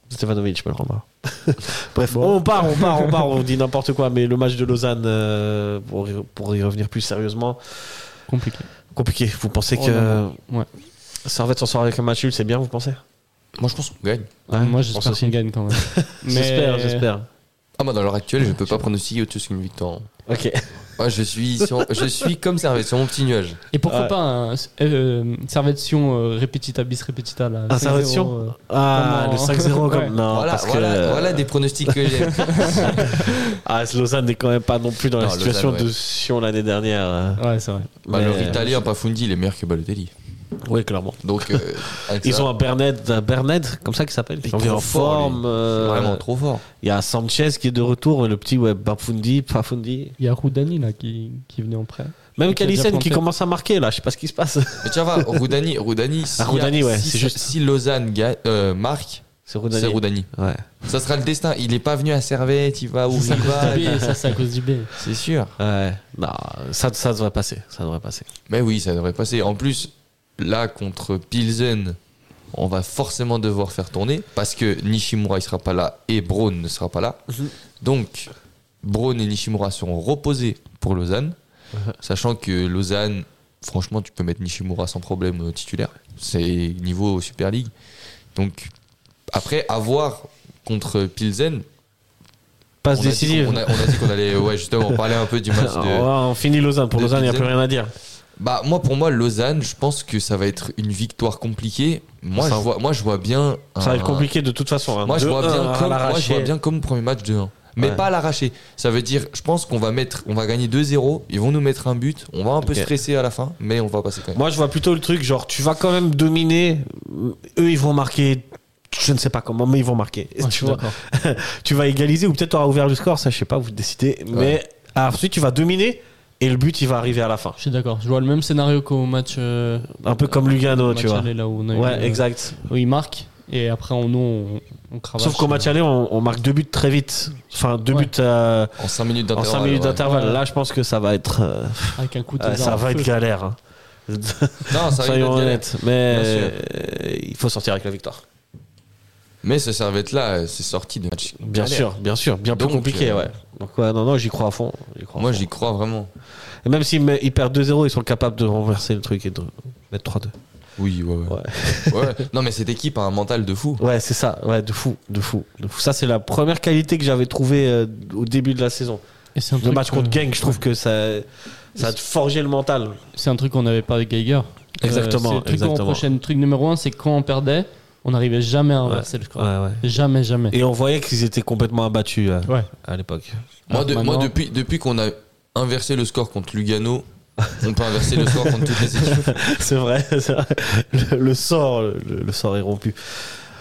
Stefanovic, je peux le rendre. Bref, on part, on dit n'importe quoi, mais le match de Lausanne, pour y revenir plus sérieusement. Compliqué. Vous pensez que Servette s'en sort avec un match nul, c'est bien, vous pensez? Moi, je pense qu'on gagne. Ouais, moi, j'espère qu'on gagne quand même. J'espère. Ah, moi, dans l'heure actuelle, je peux pas pronostiquer autre chose qu'une victoire. Ok. Ouais, je suis comme Servette, sur mon petit nuage. Et pourquoi pas un Servettion repetita bis repetita là. Un Servettion le 5-0 comme non. Voilà des pronostics que j'aime. Lausanne n'est quand même pas non plus dans la situation de Sion l'année dernière. Ouais, c'est vrai. Leur Italien Pafundi, il est meilleur que Balotelli. Oui, clairement. Donc, ils ont un Berned, comme ça qu'il s's'appelle. Ils sont en forme. Vraiment trop fort. Il y a Sanchez qui est de retour, le petit Pafundi. Il y a Roudani là qui est venu en prêt. Même Kalisen qui commence à marquer là, je sais pas ce qui se passe. Mais tu vois, Roudani, si Lausanne marque, c'est Roudani. Ouais. Ça sera le destin. Il est pas venu à Servette, il va où il va. Ça, c'est à cause du B. C'est sûr. Ouais. Non, ça devrait passer. Mais oui, ça devrait passer. En plus, là, contre Pilsen, on va forcément devoir faire tourner parce que Nishimura il sera pas là et Braun ne sera pas là. Donc, Braun et Nishimura seront reposés pour Lausanne, sachant que Lausanne, franchement, tu peux mettre Nishimura sans problème titulaire. C'est niveau Super League. Donc, après, à voir contre Pilsen. Passe décisive. On a dit qu'on allait justement parler un peu du match de. On finit Lausanne. Pour Lausanne, il n'y a plus rien à dire. Pour moi, Lausanne, je pense que ça va être une victoire compliquée. Moi, je vois bien. Ça va être compliqué de toute façon. Moi, je vois bien comme le premier match de 1. Mais pas à l'arracher. Ça veut dire, je pense qu'on va gagner 2-0. Ils vont nous mettre un but. On va un peu stresser à la fin, mais on va passer quand même. Moi, je vois plutôt le truc, genre, tu vas quand même dominer. Eux, ils vont marquer. Je ne sais pas comment, mais ils vont marquer. Tu vas égaliser ou peut-être tu auras ouvert le score. Ça, je sais pas, vous décidez. Mais ensuite, tu vas dominer. Et le but, il va arriver à la fin. Je suis d'accord. Je vois le même scénario qu'au match. Un peu comme Lugano, tu vois. Là où exact. Où il marque. Et après, on cravache. Sauf qu'au match aller, on marque 2 buts très vite. Enfin, 2 buts en 5 minutes d'intervalle. En 5 minutes d'intervalle. Là, je pense que ça va être. Avec un coup de ça va être galère. Hein. Non, ça va être galère. Mais il faut sortir avec la victoire. Mais ce Servette-là, c'est sorti de match. Bien sûr. Bien plus compliqué, ouais. Donc, non, j'y crois à fond. Moi, j'y crois vraiment. Et même s'ils perdent 2-0, ils sont capables de renverser le truc et de mettre 3-2. Oui, ouais. Non, mais cette équipe a un mental de fou. Ouais, c'est ça. Ouais, de fou. Ça, c'est la première qualité que j'avais trouvée au début de la saison. Et c'est le match contre Genk, je trouve que ça a forgé le mental. C'est un truc qu'on n'avait pas avec Geiger. Exactement. Le truc numéro 1, c'est quand on perdait, on n'arrivait jamais à inverser le score. Jamais. Et on voyait qu'ils étaient complètement abattus à l'époque. Moi, depuis qu'on a inversé le score contre Lugano, on peut inverser le score contre toutes les équipes. C'est vrai. Le sort est rompu.